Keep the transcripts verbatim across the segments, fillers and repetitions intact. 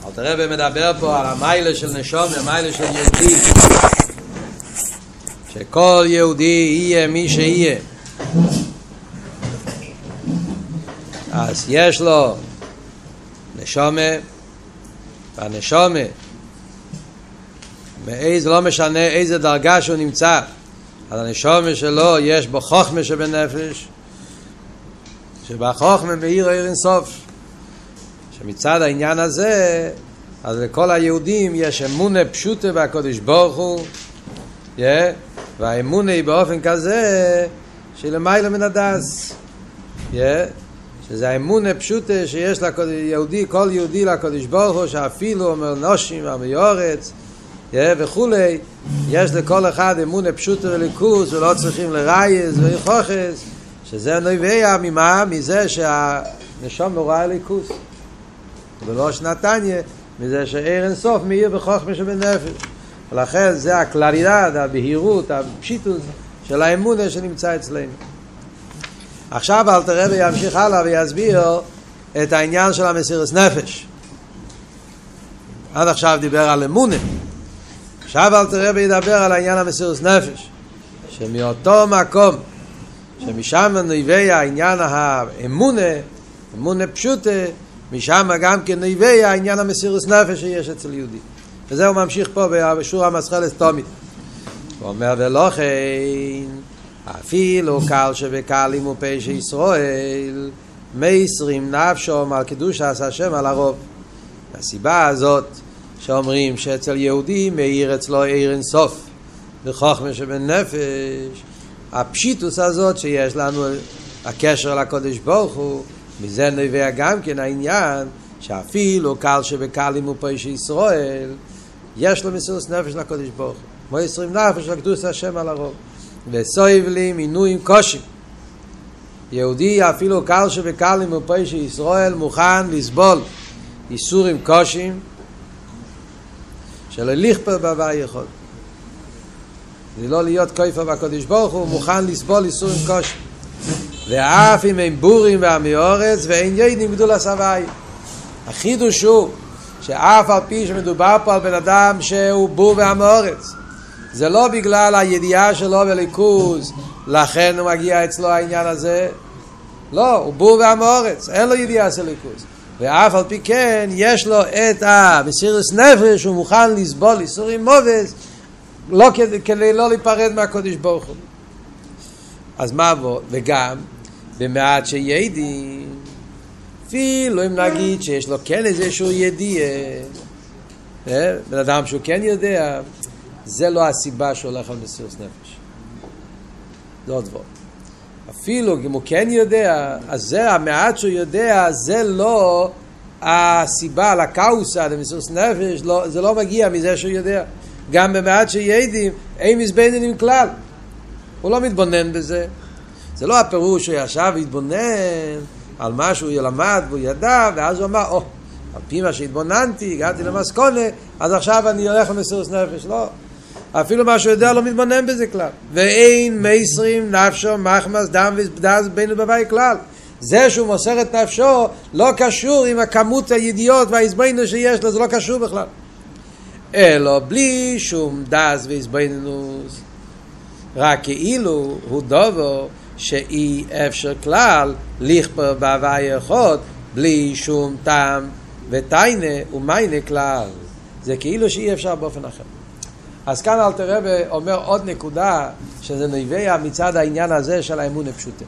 אלתר רבי מדבר פה על המיילה של נשום, המיילה של יהודי, שכל יהודי יהיה מי שיהיה, אז יש לו נשומה, והנשומה מאיזה, לא משנה איזה דרגה שהוא נמצא, אז הנשומה שלו יש בו חוכמה שבנפש, שבחוכמה מאיר אור אין סוף, שמצד העניין הזה אז לכל היהודים יש אמונה פשוטה בקדוש ברוך הוא, yeah, והאמונה היא באופן כזה שלמעלה מן הדס, yeah, שזה האמונה פשוטה שיש ליהודי, כל יהודי לקדוש ברוך הוא, שאפילו אומר נושים והמיורץ, yeah, וכולי, יש לכל אחד אמונה פשוטה וליכוס, ולא צריכים לרייז ולכוחס, שזה נובע ממה? מזה שהנשום נורא ליכוס, ולא שנתניה, מזה שאור אין סוף מאיר בחוכמה שבנפש. ולכן זה הכללידad, הבהירות, הפשיטות של האמונה שנמצא אצלנו. עכשיו אלתר רבי ימשיך הלאה ויסביר את העניין של המסירות נפש. עד עכשיו דיבר על אמונה, עכשיו אלתר רבי ידבר על העניין המסירות נפש, שמאותו מקום שמשם נובע העניין האמונה, אמונה פשוטה, משם גם כן נובע העניין המסירות נפש שיש אצל יהודי. וזה הוא ממשיך פה בשורה המסחלת תומית. הוא אומר ולכן אפילו קל שבקלים ופשע ישראל מייסרים נפשם על קדוש השם על הרוב. הסיבה הזאת שאומרים שאצל יהודי מאיר אצלו אור אין סוף בחוכמה שבנפש, הפשיטוס הזאת שיש לנו הקשר לקדוש ברוך הוא, מזה נובע גם כן העניין שאפילו קל שבקלים ופשע ישראל יש לו מסירות נפש לקדוש ברוך הוא, מייסרים נפש על קדוש השם על הרוב, וסובלים עינויים קשים. יהודי אפילו קל שבקלים ופשע ישראל מוכן לסבול איסורים קשים שלא לכפר בהווי יכול, זה לא להיות כופר בקדוש ברוך הוא, מוכן לסבול איסורים קשים, ואף אם הם בורים והמאורץ ואין יודעים גדול הסבי. החידוש הוא שאף על פי שמדובר פה על בן אדם שהוא בור והמאורץ, זה לא בגלל הידיעה שלו בליכוז לכן הוא מגיע אצלו העניין הזה, לא, הוא בור והמאורץ, אין לו ידיעה של ליכוז, ואף על פי כן יש לו את המסירות נפש, הוא מוכן לסבול איסורים מובס לא כדי לא להיפרד מהקדוש ברוך הוא. אז מה בו? וגם במעט שידיע, אפילו אם נגיד שיש לו כן איזשהו ידיע, בן אדם שהוא כן יודע, זה לא הסיבה שהולך על מסירות נפש, זה עוד דבר. אפילו אם הוא כן יודע, אז זה המעט שהוא יודע, זה לא הסיבה לקאוסה למסירות נפש, לא, זה לא מגיע מזה שהוא יודע. גם במעט שידיע אין מזבנין כלל, הוא לא מתבונן בזה. זה לא הפירוש שהוא ישב והתבונן על מה שהוא ילמד והוא ידע, ואז הוא אמר, או, על פי מה שהתבוננתי, הגעתי למסקונה, אז עכשיו אני הולך למסירות נפש. לא. אפילו מה שהוא יודע לא מתבונן בזה כלל. ואין מייסרים נפשו מחמס דם ודס בינו בווי כלל. זה שהוא מוסר את נפשו לא קשור עם הכמות הידיעות וההסביינו שיש לו, זה לא קשור בכלל. אלא בלי שום דס והסביינוס, רק כאילו הוא דובו שאי אפשר כלל לכפר בהווי אחד בלי שום טעם ותיינה ומיינה כלל, זה כאילו שאי אפשר באופן אחר. אז כאן אלתר רבי אומר עוד נקודה שזה נובע מצד העניין הזה של האמונה פשוטה.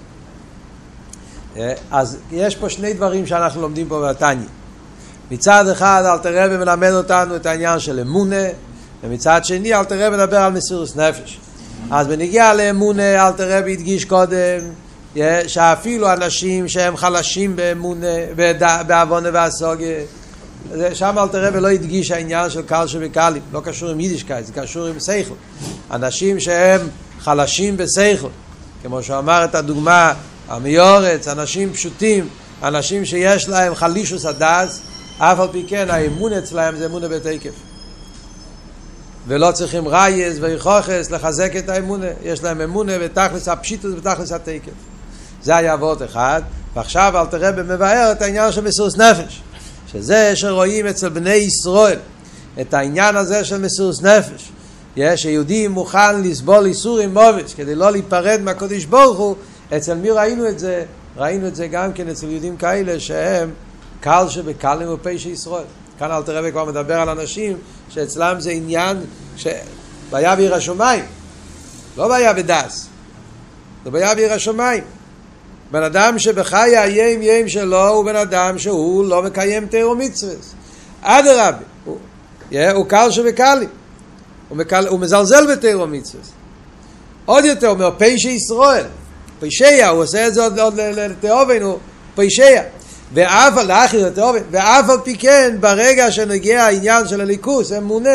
אז יש פה שני דברים שאנחנו לומדים פה בתניא. מצד אחד אלתר רבי מלמד אותנו את העניין של אמונה, ומצד שני אלתר רבי מדבר על מסירות נפש. אז בנגיע לאמונה אלתר רבי הדגיש קודם שאפילו אנשים שהם חלשים באמונה, בעוונה והסוגיה, שם אלתר רבי לא הדגיש העניין של קל שבקלים, לא קשור עם יידישקייט, זה קשור עם שכל. אנשים שהם חלשים בשכל, כמו שאמר את הדוגמה המיורץ, אנשים פשוטים, אנשים שיש להם חלישוס הדס, אף על פי כן האמונה אצלהם זה אמונה בתקף, ולא צריכים רייז ויחוכס לחזק את האמונה, יש להם אמונה בתכלס הפשיטוס ובתכלס התקף. זה היה עבוד אחד. ועכשיו אלתר רבי מבאר את העניין של מסירות נפש, שזה שרואים אצל בני ישראל את העניין הזה של מסירות נפש, שיהודי מוכן לסבול איסורים מוות כדי לא להיפרד מהקדוש ברוך הוא. אצל מי ראינו את זה? ראינו את זה גם כן אצל יהודים כאלה שהם קל שבקלים ופשע ישראל. כאן אלתר רבי כבר מדבר על אנשים שאצלם זה עניין שבעיה בעיר השמיים, לא בעיה בדס, זה בעיה בעיר השמיים. בן אדם שבחיי היים יים שלו הוא בן אדם שהוא לא מקיים תורה ומצוות. אדרבה, הוא, הוא קל שבקלים, הוא, מקל, הוא מזלזל בתורה ומצוות. עוד יותר אומר פשע ישראל, פשע, הוא עושה את זה עוד, עוד לתאובנו, פשע. ואף על האחר לתאובן, ואף על פי כן ברגע שנגיע העניין של הליכוס, אמונה,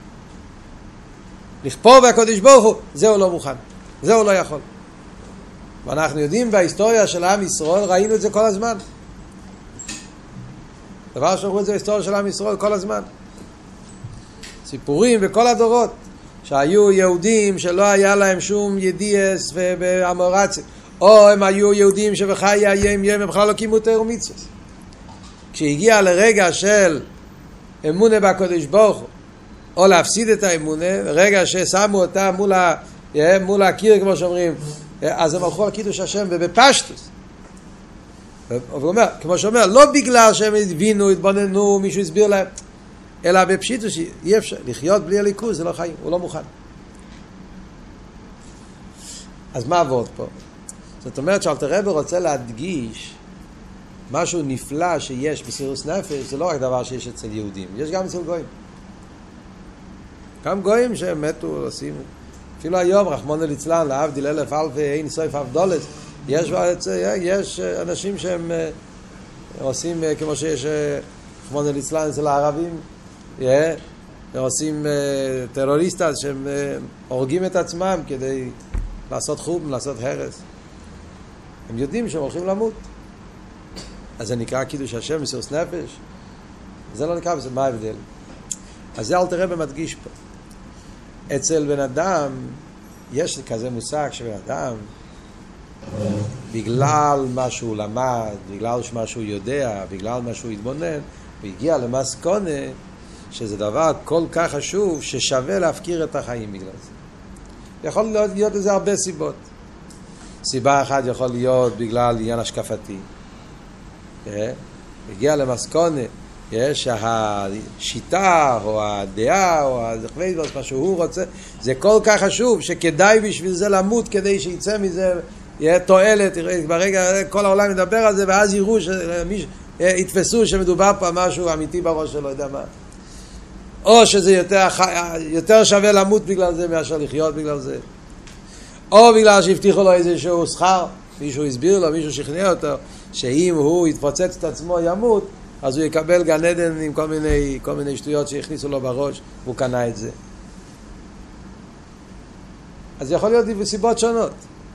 לכפור בקדוש ברוך הוא, זה הוא לא מוכן, זה הוא לא יכול. ואנחנו יודעים בהיסטוריה של עם ישראל, ראינו את זה כל הזמן. דבר שאנחנו את זה בהיסטוריה של עם ישראל כל הזמן. סיפורים בכל הדורות, שהיו יהודים שלא היה להם שום ידיעס ואמורציה, או הם היו יהודים שבחיי היים יים הם בכלל לא קיימו תורה ומצוות. כשהגיע לרגע של אמונה בקדוש ברוך הוא, או להפסיד את האמונה, רגע ששמו אותם מול, ה, מול הקיר כמו שאומרים, אז הם הלכו על קידוש השם ובפשטוס. הוא אומר, כמו שאומר, לא בגלל שהם הבינו, התבוננו, מישהו הסביר להם, אלא בפשיטוס, אי אפשר לחיות בלי הליכוז, זה לא חיים, הוא לא מוכן. אז מה עבוד פה? זאת אומרת שאלתר רבי רוצה להדגיש משהו נפלא שיש במסירות נפש, זה לא רק דבר שיש אצל יהודים, יש גם אצל גויים. גם גויים שהם מתו, עושים, אפילו היום, רחמנא ליצלן, להבדיל אלף אלפי, אין סוף אבדולת, יש, יש אנשים שהם עושים כמו שיש רחמנא ליצלן אצל הערבים, עושים טרוריסטים שהם הורגים את עצמם כדי לעשות חום, לעשות הרס. הם יודעים שהם הולכים למות. אז זה נקרא קידוש השם, מסירות נפש. זה לא נקרא, מה ההבדל? אז זה אלתר רבי מדגיש פה. אצל בן אדם, יש כזה מושג שבן אדם, בגלל מה שהוא למד, בגלל מה שהוא יודע, בגלל מה שהוא התבונן, הוא הגיע למסקנה שזה דבר כל כך חשוב ששווה להפקיר את החיים בגלל זה. יכול להיות, להיות לזה הרבה סיבות. סיבה אחת יכול להיות בגלל עניין השקפתי. הגיע למסקנה שהשיטה או הדעה או מה שהוא רוצה, זה כל כך חשוב שכדאי בשביל זה למות כדי שיצא מזה יהיה תועלת. ברגע כל העולם מדבר על זה ואז יראו יתפסו שמדובר פה משהו אמיתי בראש שלו, יודע מה. או שזה יותר, יותר שווה למות בגלל זה מאשר לחיות בגלל זה, או בגלל שהבטיחו לו איזשהו שכר, מישהו הסביר לו, מישהו שכנע אותו שאם הוא יתפוצץ את עצמו ימות, אז הוא יקבל גן עדן עם כל מיני, כל מיני שטויות שהכניסו לו בראש, והוא קנה את זה. אז יכול להיות סיבות שונות,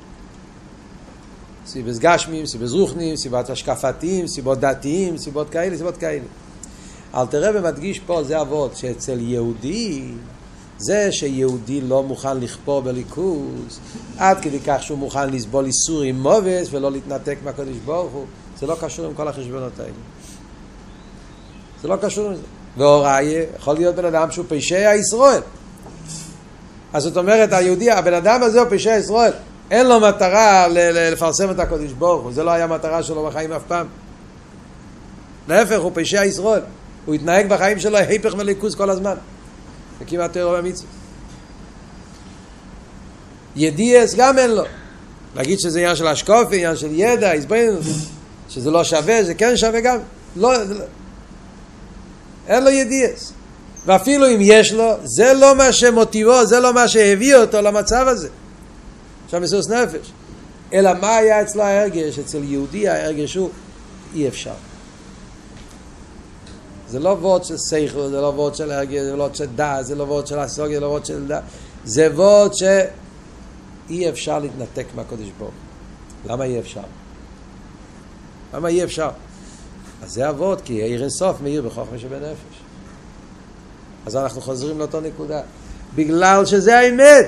סיבות גשמים, סיבות רוחניים, סיבות השקפתיים, סיבות דתיים, סיבות כאלה, סיבות כאלה. אלתר רבי מדגיש פה, זה אבות, שאצל יהודי, זה שיהודי לא מוכן לכפור בליכוז, עד כדי כך שהוא מוכן לסבול איסור עם מובס ולא להתנתק מהקדוש ברוך הוא, זה לא קשור עם כל החשבונות האלה. זה לא קשור עם זה. והוראי, יכול להיות בן אדם שהוא פשע ישראל. אז זאת אומרת, היהודי, הבן אדם הזה הוא פשע ישראל, אין לו מטרה לפרסם את הקדוש ברוך הוא, זה לא היה מטרה שלו בחיים אף פעם. להפך, הוא פשע ישראל. הוא התנהג בחיים שלו היפך מליכוז כל הזמן. זה כמעט תורה ומצוות. ידיעס גם אין לו. להגיד שזה עניין של השקפה, עניין של ידע, הסברנו, שזה לא שווה, זה כן שווה גם. לא, לא. אין לו ידיעס. ואפילו אם יש לו, זה לא מה שמוטיבו, זה לא מה שהביא אותו למצב הזה. עכשיו מסירות נפש. אלא מה היה אצלו ההרגש? אצל יהודי ההרגש הוא אי אפשר. זה לא וורד של שכל, זה לא וורד של הרגש, זה לא וורד של דעת, זה לא וורד של הסוגיה, זה לא וורד של דעת. זה וורד שאי אפשר להתנתק מהקדוש ברוך הוא. למה אי אפשר? למה אי אפשר? אז זה הוורד, כי עיר אינסוף מאיר בחוכמה שבנפש. אז אנחנו חוזרים לאותו נקודה. בגלל שזה האמת.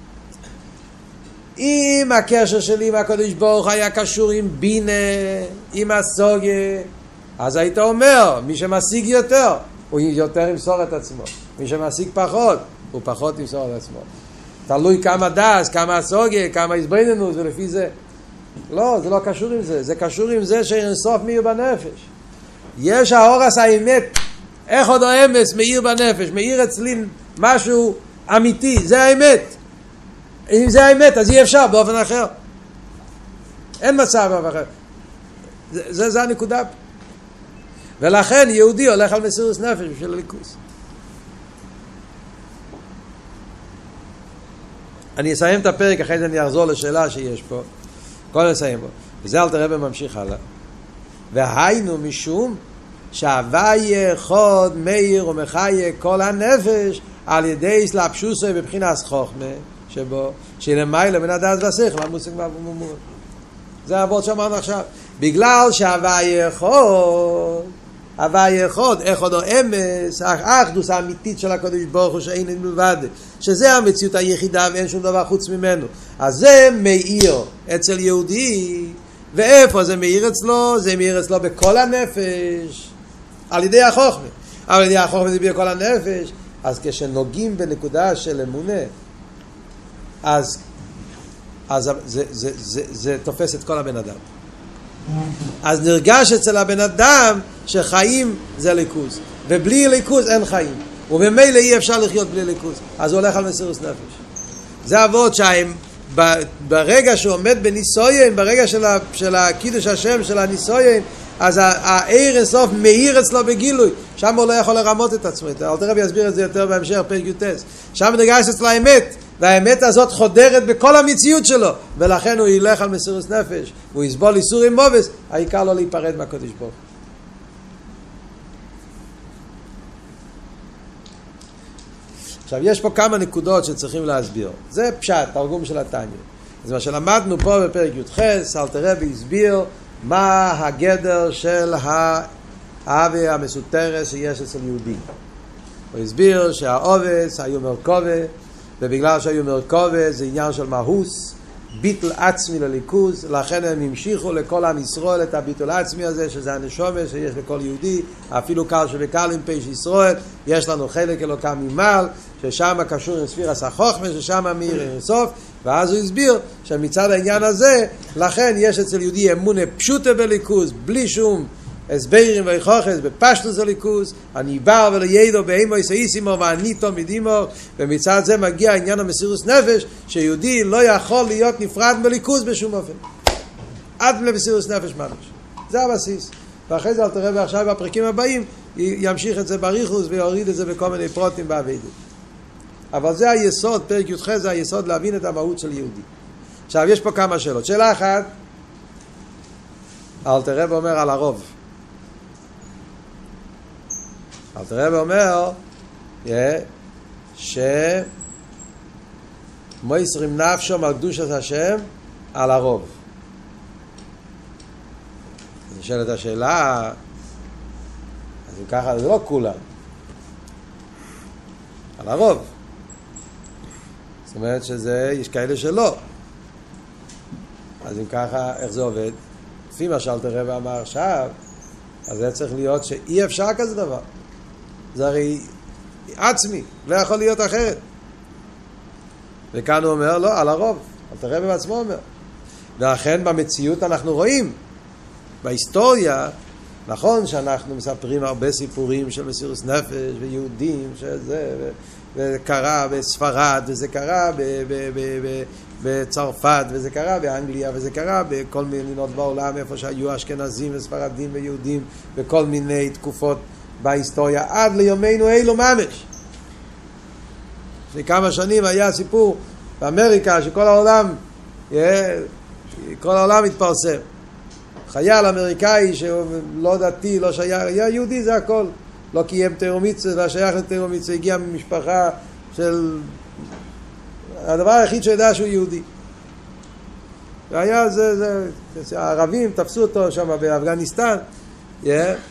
אם הקשר שלי עם הקדוש ברוך היה קשור עם בינה, עם הסוגיה, אז היית אומר, מי שמשיג יותר, הוא יותר ימסור את עצמו. מי שמשיג פחות, הוא פחות ימסור את עצמו. תלוי כמה דס, כמה סוגיה, כמה הסבריננות, ולפי זה. לא, זה לא קשור עם זה. זה קשור עם זה שאינסוף מאיר בנפש. יש האורס האמת, איך עוד האמס מאיר בנפש, מאיר אצלי משהו אמיתי, זה האמת. אם זה האמת, אז אי אפשר באופן אחר. אין מצב באופן אחר. זה, זה, זה הנקודה. ולכן יהודי הולך על מסירות נפש בשביל הליכוס. אני אסיים את הפרק, אחרי זה אני אחזור לשאלה שיש פה. קודם נסיים בו. וזה אל תראה ממשיך הלאה. והיינו משום שהווי אחד מאיר ומחיה כל הנפש על ידי סלאפשוסו בבחינת חוכמה שבו שלמעלה בין הדעת והשכל המושג והמומור. זה העבוד שאמרנו עכשיו. בגלל שהווי אחד, הווי אחד, אחד או אמס, האחדוס האמיתית של הקדוש ברוך הוא שאין מלבד, שזה המציאות היחידה ואין שום דבר חוץ ממנו. אז זה מאיר אצל יהודי. ואיפה זה מאיר אצלו? זה מאיר אצלו בכל הנפש על ידי החוכמה. אבל על ידי החוכמה זה בכל הנפש. אז כשנוגעים בנקודה של אמונה, אז, אז זה, זה, זה, זה, זה תופס את כל הבן אדם. אז נרגש אצל הבן אדם שחיים זה ליכוז, ובלי ליכוז אין חיים, ובמילא אי אפשר לחיות בלי ליכוז. אז הוא הולך על מסירות נפש. זה עבוד שהם ברגע שהוא עומד בניסויים, ברגע של, ה, של הקידוש השם, של הניסויים, אז העיר אינסוף מאיר אצלו בגילוי. שם הוא לא יכול לרמות את עצמו. אל תראה ויסביר את זה יותר בהמשך, פרק יוטס. שם נרגש אצל האמת, והאמת הזאת חודרת בכל המציאות שלו, ולכן הוא ילך על מסירות נפש, הוא יסבול איסורים מובס, העיקר לא להיפרד מהקדוש ברוך. עכשיו יש פה כמה נקודות שצריכים להסביר. זה פשט, תרגום של התניא. אז מה שלמדנו פה בפרק י"ח, אלתר רבי הסביר מה הגדר של האהבה המסותרת שיש אצל יהודי. הוא הסביר שהאובס היו מרכובה, ובגלל שהיו מרכובה זה עניין של מהוס, ביטל עצמי לליכוז, לכן הם המשיכו לכל עם ישראל את הביטול עצמי הזה, שזה הנשמה שיש לכל יהודי, אפילו קל שבקל עם פש ישראל, יש לנו חלק אלוקה ממעל, ששם קשור עם ספירס החוכמה, ששם מאיר אינסוף, ואז הוא הסביר שמצד העניין הזה, לכן יש אצל יהודי אמונה פשוטה בליכוז, בלי שום הסברים ויכוחס, בפשטוס הליכוז, אני בר ולידו באימו יסאיסימו ואני תלמידימו, ומצד זה מגיע עניין המסירות נפש, שיהודי לא יכול להיות נפרד מליכוז בשום אופן. עד למסירות נפש ממש. זה הבסיס. ואחרי זה אל תראה ועכשיו בפרקים הבאים, ימשיך את זה בריחוס ויוריד את זה בכל מיני פרוטים בעבדות. אבל זה היסוד, פרק י"ח זה היסוד להבין את המהות של יהודי. עכשיו יש פה כמה שאלות. שאלה אחת, אל תראה ואומר על הרוב. אל תראה ואומר ש מויסרים נפשו על קדושת השם על הרוב. אני שואל את השאלה, אז אם ככה זה לא כולם, על הרוב. זאת אומרת שזה, יש כאלה שלא. אז אם ככה, איך זה עובד? לפי מה שאלת הרב אמר עכשיו, אז זה צריך להיות שאי אפשר כזה דבר. זה הרי עצמי, לא יכול להיות אחרת. וכאן הוא אומר, לא, על הרוב. אלתר רבי בעצמו אומר. ולכן במציאות אנחנו רואים, בהיסטוריה, נכון שאנחנו מספרים הרבה סיפורים של מסירות נפש ויהודים, שזה, ו- וזה קרה בספרד, וזה קרה ב- ב- ב- ב- בצרפת, וזה קרה באנגליה, וזה קרה בכל מיני מדינות בעולם, איפה שהיו אשכנזים וספרדים ויהודים, בכל מיני תקופות בהיסטוריה, עד ליומנו אלו ממש. לפני כמה שנים היה סיפור באמריקה, שכל העולם, כל העולם התפרסם. חייל אמריקאי שלא דתי, לא שייך, היה יהודי, זה הכל. לא קיים תירומיצה, לא שייך לתירומיצה, הגיע ממשפחה של... הדבר היחיד שידע שהוא יהודי. והיה זה, זה, זה, הערבים תפסו אותו שם באפגניסטן, yeah.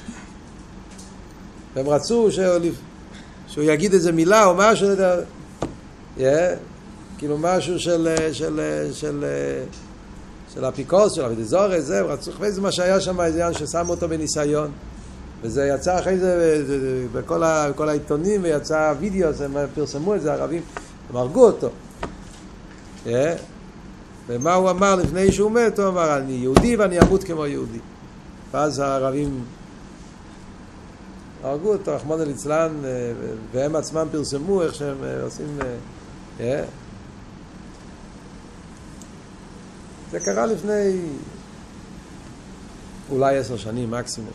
והם רצו שהוא, שהוא יגיד איזה מילה או משהו, yeah. כאילו משהו של, של, של, של אפיקוס, של אבידזורי, זה, הם רצו, זה מה שהיה שם, איזה עניין ששמו אותו בניסיון. וזה יצא אחרי זה בכל, ה, בכל העיתונים, ויצא וידאו, הם פרסמו את זה, הערבים, הם הרגו אותו. Yeah. ומה הוא אמר לפני שהוא מת? הוא אמר, אני יהודי ואני אמות כמו יהודי. ואז הערבים הרגו אותו, רחמנא ליצלן, והם עצמם פרסמו איך שהם עושים... Yeah. זה קרה לפני אולי עשר שנים מקסימום.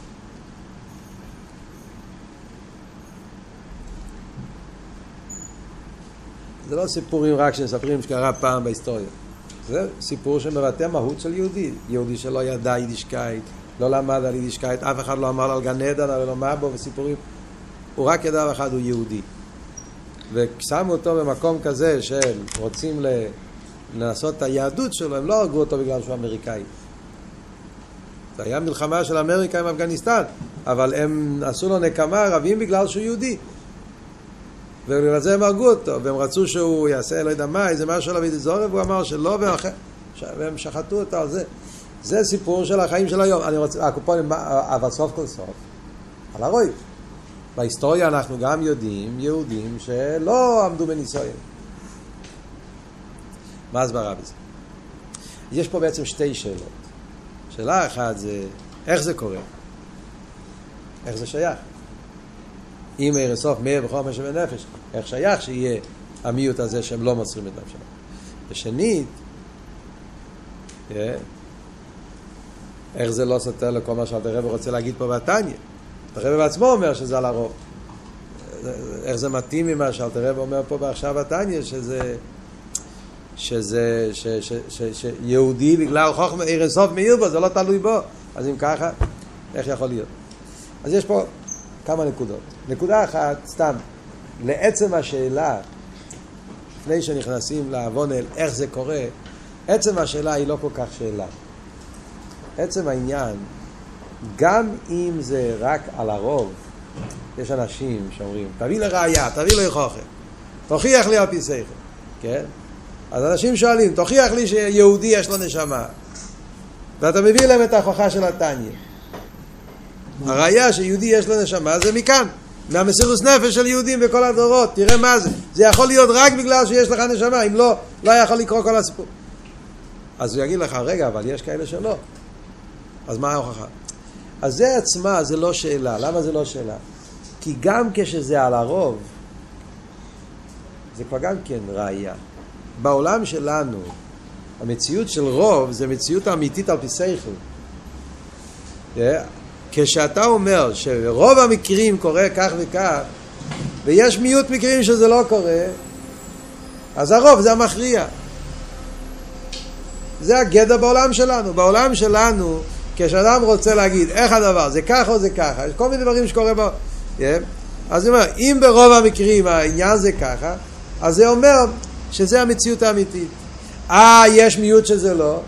זה לא סיפורים רק שנספרים שקרה פעם בהיסטוריה. זה סיפור שמבטא מהות של יהודי. יהודי שלא ידע יידישקייט, לא למד על יידישקייט, אף אחד לא אמר על גן עדן, אבל לא מה בו וסיפורים. הוא רק ידע אחד, הוא יהודי. ושמו אותו במקום כזה של רוצים לנסות את היהדות שלו, הם לא הרגו אותו בגלל שהוא אמריקאי. זה היה מלחמה של אמריקה עם אפגניסטן, אבל הם עשו לו נקמה רבים בגלל שהוא יהודי. ובגלל זה הם הרגו אותו, והם רצו שהוא יעשה, לא יודע מה, איזה משהו לבית זורב, והוא אמר שלא, והם שחטו אותו על זה. זה סיפור של החיים של היום. אני רוצה, הקופונים, אבל סוף כל סוף, על הרוי. בהיסטוריה אנחנו גם יודעים, יהודים שלא עמדו בניסויים. מה הסברה בזה? יש פה בעצם שתי שאלות. שאלה אחת זה, איך זה קורה? איך זה שייך? אם עיר סוף מאיר בכל משהו ונפש, איך שייך שיהיה המיעוט הזה שהם לא מוסרים את נפשם? ושנית, איך זה לא סותר לכל מה שאלתר רבי רוצה להגיד פה בתניא? אלתר רבי בעצמו אומר שזה על הרוב. איך זה מתאים ממה שאלתר רבי אומר פה בעכשיו בתניא, שזה שזה ש, ש, ש, ש, שיהודי בגלל חוכמה עיר סוף מאיר בו, זה לא תלוי בו. אז אם ככה, איך יכול להיות? אז יש פה כמה נקודות. נקודה אחת, סתם, לעצם השאלה, לפני שנכנסים לעוון אל איך זה קורה, עצם השאלה היא לא כל כך שאלה. עצם העניין, גם אם זה רק על הרוב, יש אנשים שאומרים, תביא לראיה, תביא לו הוכחה, תוכיח לי על פי שכל, כן? אז אנשים שואלים, תוכיח לי שיהודי יש לו נשמה, ואתה מביא להם את ההוכחה של התניא. הראיה שיהודי יש לו נשמה זה מכאן, מהמסירות נפש של יהודים בכל הדורות. תראה מה זה, זה יכול להיות רק בגלל שיש לך נשמה, אם לא, לא יכול לקרוא כל הסיפור. אז הוא יגיד לך, רגע, אבל יש כאלה שלא, אז מה ההוכחה? אז זה עצמה, זה לא שאלה. למה זה לא שאלה? כי גם כשזה על הרוב, זה כבר גם כן ראיה. בעולם שלנו, המציאות של רוב זה מציאות אמיתית על פי שכל. כשאתה אומר שרוב המקרים קורה כך וכך, ויש מיעוט מקרים שזה לא קורה, אז הרוב זה המכריע. זה הגדע בעולם שלנו. בעולם שלנו, כשאדם רוצה להגיד איך הדבר, זה ככה או זה ככה, יש כל מיני דברים שקורה בו. אז הוא אומר, אם ברוב המקרים העניין זה ככה, אז זה אומר שזה המציאות האמיתית. אה, יש מיעוט שזה לא,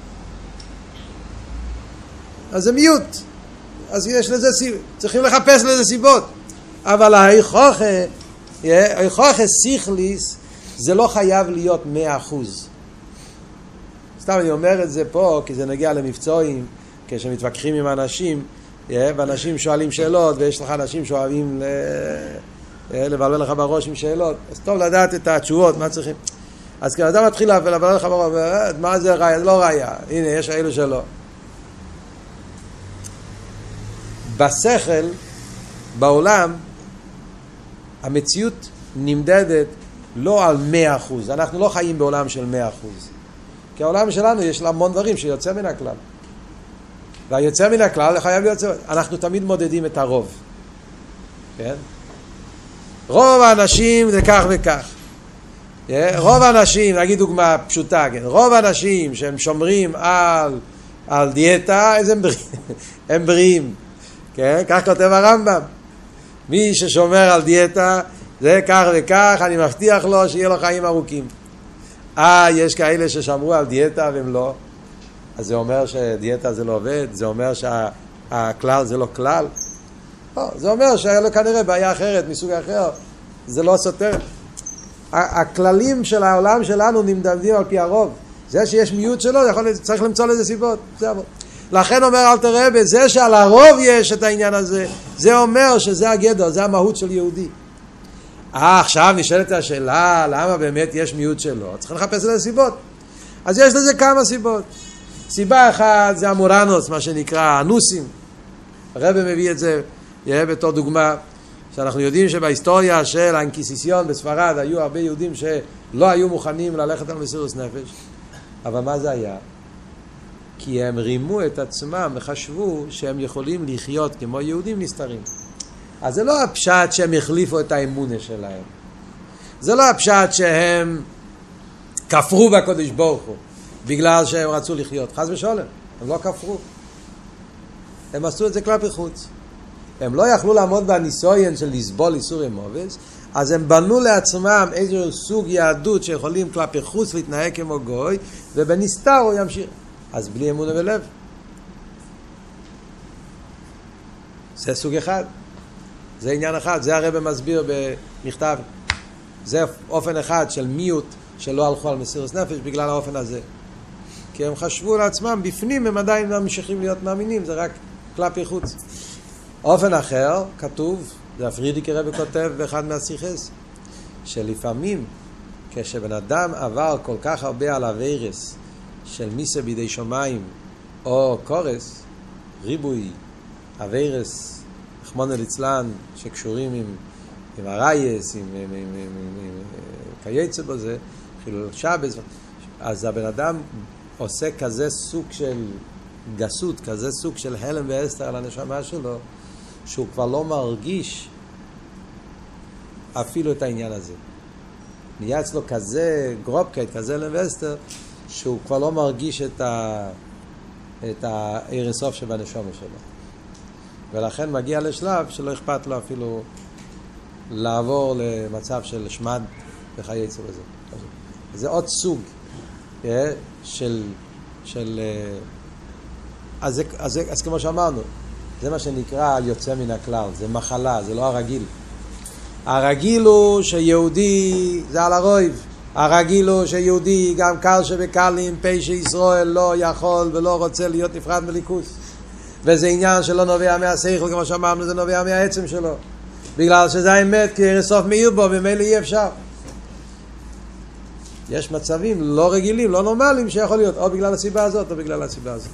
אז זה מיעוט. אז יש לזה סיבות, צריכים לחפש לזה סיבות. אבל ההיכוחה, ההיכוחה סיכליס, זה לא חייב להיות מאה אחוז. סתם אני אומר את זה פה, כי זה נגיע למבצועים, כשמתווכחים עם אנשים, ואנשים שואלים שאלות, ויש לך אנשים שאוהבים לבלבל לך בראש עם שאלות, אז טוב לדעת את התשובות, מה צריכים. אז כשאדם מתחיל לבלבל לך בראש, מה זה ראיה? זה לא ראיה. הנה, יש אלו שלא. בשכל, בעולם, המציאות נמדדת לא על מאה אחוז. אנחנו לא חיים בעולם של מאה אחוז. כי העולם שלנו יש לה המון דברים שיוצא מן הכלל. והיוצא מן הכלל חייב להיות... אנחנו תמיד מודדים את הרוב. כן? רוב האנשים זה כך וכך. רוב האנשים, נגיד דוגמה פשוטה, כן? רוב האנשים שהם שומרים על, על דיאטה, אז הם בריאים. הם בריאים. כן? כך כותב הרמב"ם. מי ששומר על דיאטה, זה כך וכך, אני מבטיח לו שיהיה לו חיים ארוכים. אה, יש כאלה ששמרו על דיאטה והם לא. אז זה אומר שדיאטה זה לא עובד, זה אומר שהכלל זה לא כלל. לא, זה אומר שהיה לו כנראה בעיה אחרת, מסוג אחר. זה לא סותר. הכללים של העולם שלנו נמדדים על פי הרוב. זה שיש מיעוט שלו, יכול, צריך למצוא לזה סיבות. זה לכן אומר אלתר רבי, זה שעל הרוב יש את העניין הזה, זה אומר שזה הגדר, זה המהות של יהודי. אה, עכשיו נשאלת השאלה, למה באמת יש מיעוט שלו? צריכים לחפש לזה סיבות. אז יש לזה כמה סיבות. סיבה אחת זה המורנוס, מה שנקרא, אנוסים. הרבי מביא את זה, יהיה בתור דוגמה, שאנחנו יודעים שבהיסטוריה של האינקיסיסיון בספרד, היו הרבה יהודים שלא היו מוכנים ללכת על מסירות נפש. אבל מה זה היה? כי הם רימו את עצמם וחשבו שהם יכולים לחיות כמו יהודים נסתרים. אז זה לא הפשט שהם החליפו את האמונה שלהם. זה לא הפשט שהם כפרו בקודש ברוך הוא בגלל שהם רצו לחיות. חס ושלום, הם לא כפרו. הם עשו את זה כלפי חוץ. הם לא יכלו לעמוד בניסויין של לסבול איסורי מובס, אז הם בנו לעצמם איזה סוג יהדות שיכולים כלפי חוץ להתנהג כמו גוי, ובנסתר הוא ימשיך. אז בלי אמונה בלב. זה סוג אחד. זה עניין אחד. זה הרב מסביר במכתב. זה אופן אחד של מיעוט שלא הלכו על מסירות נפש בגלל האופן הזה. כי הם חשבו לעצמם, בפנים הם עדיין ממשיכים להיות מאמינים, זה רק כלפי חוץ. אופן אחר, כתוב, זה הפרידיקי רבי כותב באחד מהשיחס, שלפעמים כשבן אדם עבר כל כך הרבה על הווירס של מיסה בידי שמיים או קורס, ריבוי הווירס, רחמנא ליצלן, שקשורים עם, עם הרייס, עם, עם, עם, עם, עם, עם קייצה בזה, חילול שבת, אז הבן אדם עושה כזה סוג של גסות, כזה סוג של הלם והסתר על הנשמה שלו, שהוא כבר לא מרגיש אפילו את העניין הזה. נהיה אצלו כזה גרובקייט, כזה הלם והסתר, שהוא כבר לא מרגיש את ה... את העיר הסוף שבנשמה שלו. ולכן מגיע לשלב שלא אכפת לו אפילו לעבור למצב של שמד וחיי צור הזה. זה עוד סוג של... של אז, זה, אז, זה, אז כמו שאמרנו, זה מה שנקרא יוצא מן הכלל, זה מחלה, זה לא הרגיל. הרגיל הוא שיהודי זה על הרויב. הרגיל הוא שיהודי גם קל שבקלים, פי שישראל לא יכול ולא רוצה להיות נפרד מליכוס. וזה עניין שלא נובע מהשכל, כמו שאמרנו, זה נובע מהעצם שלו. בגלל שזה האמת, כי רסוף מאיר בו, ומילא אי אפשר. יש מצבים לא רגילים, לא נורמליים, שיכול להיות או בגלל הסיבה הזאת או בגלל הסיבה הזאת.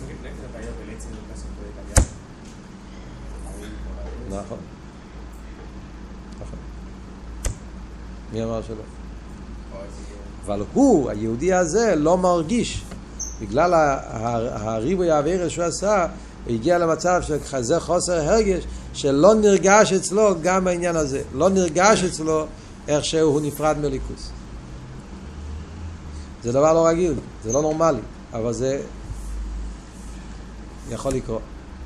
נכון. נכון. מי אמר שלא? אבל הוא, היהודי הזה, לא מרגיש. בגלל הריבוי העבירה שהוא עשה, הוא הגיע למצב שכזה חוסר הרגש, שלא נרגש אצלו גם העניין הזה. לא נרגש אצלו איך שהוא נפרד מליכוס. זה דבר לא רגיל, זה לא נורמלי, אבל זה יכול לקרות.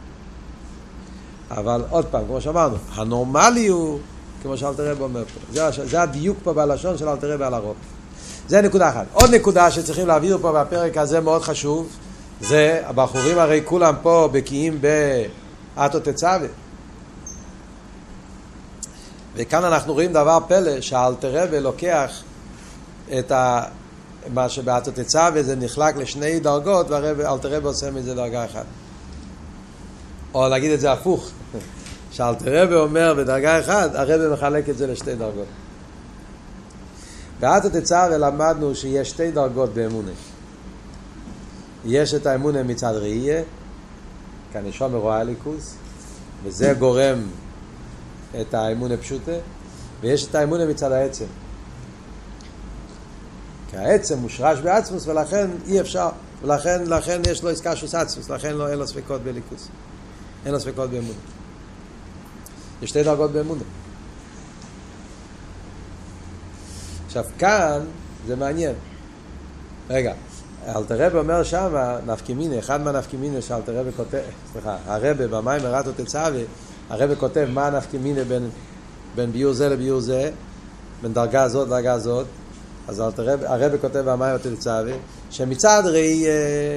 אבל עוד פעם, כמו שאמרנו, הנורמלי הוא, כמו שאלתר רבי אומר פה, זה, זה הדיוק פה בלשון של אלתר רבי על הרוב. זה נקודה אחת. עוד נקודה שצריכים להעביר פה בפרק הזה מאוד חשוב, זה הבחורים הרי כולם פה בקיאים באתו תצווה. וכאן אנחנו רואים דבר פלא, שהאלתר רבי לוקח את ה... מה שבאתו תצווה זה נחלק לשני דרגות, ואלתר רבי עושה מזה דרגה אחת. או להגיד את זה הפוך, שאלתר רבי אומר בדרגה אחת, הרבי מחלק את זה לשתי דרגות. באתו תצווה למדנו שיש שתי דרגות באמונה. יש את האמונה מצד ראייה, כנשום רואה ליכוס, וזה גורם את האמונה פשוטה, ויש את האמונה מצד העצם. כי העצם מושרש בעצמוס, ולכן אי אפשר, ולכן לכן יש לו עסקה שוס עצמוס, לכן לא, אין לו ספקות בליכוס. אין לו ספקות באמונה. יש שתי דרגות באמונה. עכשיו כאן זה מעניין. רגע, אלתר רבי אומר שמה נפקימינה, אחד מהנפקימינה שאלתר רבי כותב, סליחה, הרבי במיימר אתו תצווה, הרבי כותב מה הנפקימינה בין, בין ביור זה לביור זה, בין דרגה הזאת לדרגה הזאת. אז הרבי, הרבי כותב במיימר אתו תצווה, שמצד ראי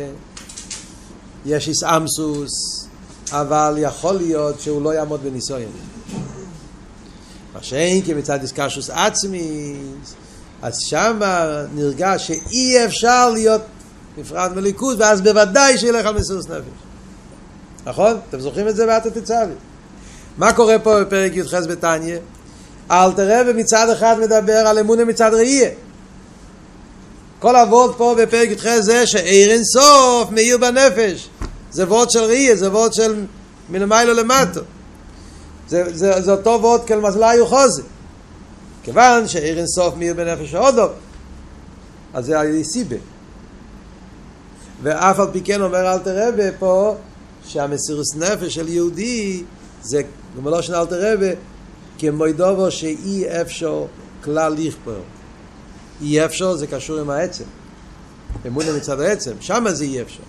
יש איסאמסוס, אבל יכול להיות שהוא לא יעמוד בניסויים. מה שאין כי מצד איסקשוס עצמי, אז שם נרגש שאי אפשר להיות נפרד מליכוז, ואז בוודאי שילך על מסירות נפש. נכון? אתם זוכרים את זה ואתה תצאבי. מה קורה פה בפרק י"ח בתניא? אלתר רבי מצד אחד מדבר על אמונה מצד ראייה. כל הוורט פה בפרק י"ח זה שאיר אין סוף מאיר בנפש. זה וורט של ראייה, זה וורט של מלמיילו למטו. זה, זה, זה אותו וורט כל מזלי וחוזי. כיוון שאיר אין סוף מאיר בנפש העודו, אז זה היה סיבה. ואף על פי כן אומר אלתר רבי פה שהמסירות נפש של יהודי זה גמלו של אלתר רבי כמו דובו שאי אפשר כלל לכפור. אי אפשר זה קשור עם העצם, אמונה מצד העצם, שם זה אי אפשר.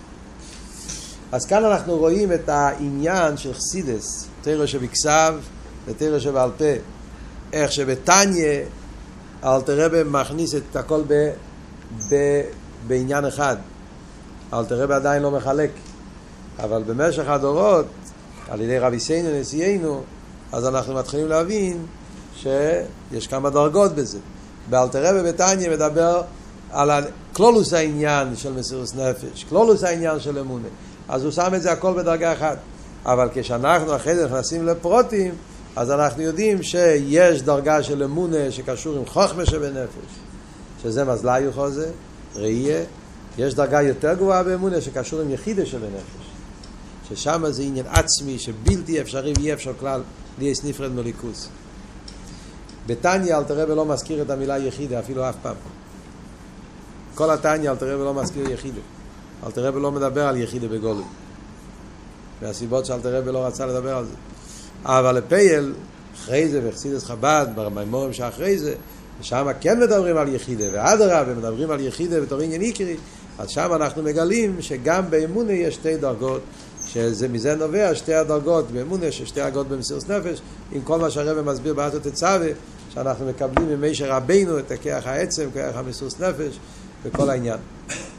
אז כאן אנחנו רואים את העניין של חסידס, תורה שבכתב ותורה שבעל פה, איך שבתניא אלתר רבי מכניס את הכל ב, ב, בעניין אחד. אלתר רבי עדיין לא מחלק, אבל במשך הדורות על ידי רבי סיינו נשיאנו אז אנחנו מתחילים להבין שיש כמה דרגות בזה. באלתר רבי בתניא מדבר על כלולוס העניין של מסירות נפש, כלולוס העניין של אמונה, אז הוא שם את זה הכל בדרגה אחת. אבל כשאנחנו אחרי זה נכנסים לפרוטים, אז אנחנו יודעים שיש דרגה של אמונה שקשור עם חוכמה שבנפש, שזה מזלי וחוזה, ראייה. יש דרגה יותר גבוהה באמונה שקשור עם יחידה שבנפש, ששם זה עניין עצמי שבלתי אפשרי ואי אפשר כלל ליש נפרד מליכוס. בתניא אלתר רבי לא מזכיר את המילה יחידה אפילו אף פעם. כל התניא אלתר רבי לא מזכיר יחידה. אלתר רבי לא מדבר על יחידה בגולוי, והסיבות שאלתר רבי לא רצה לדבר על זה. אבל לפייל אחרי זה בחסידות חב"ד במימורים שאחרי זה, שם כן מדברים על יחידה, ואדרבה מדברים על יחידה בתור עניין עיקרי. אז שם אנחנו מגלים שגם באמונה יש שתי דרגות, שזה מזה נובע שתי הדרגות באמונה, ששתי הדרגות במסירות נפש, עם כל מה שהרב מסביר באתו תצווה, שאנחנו מקבלים ממשה רבינו את הכוח העצם, כוח המסירות נפש וכל העניין.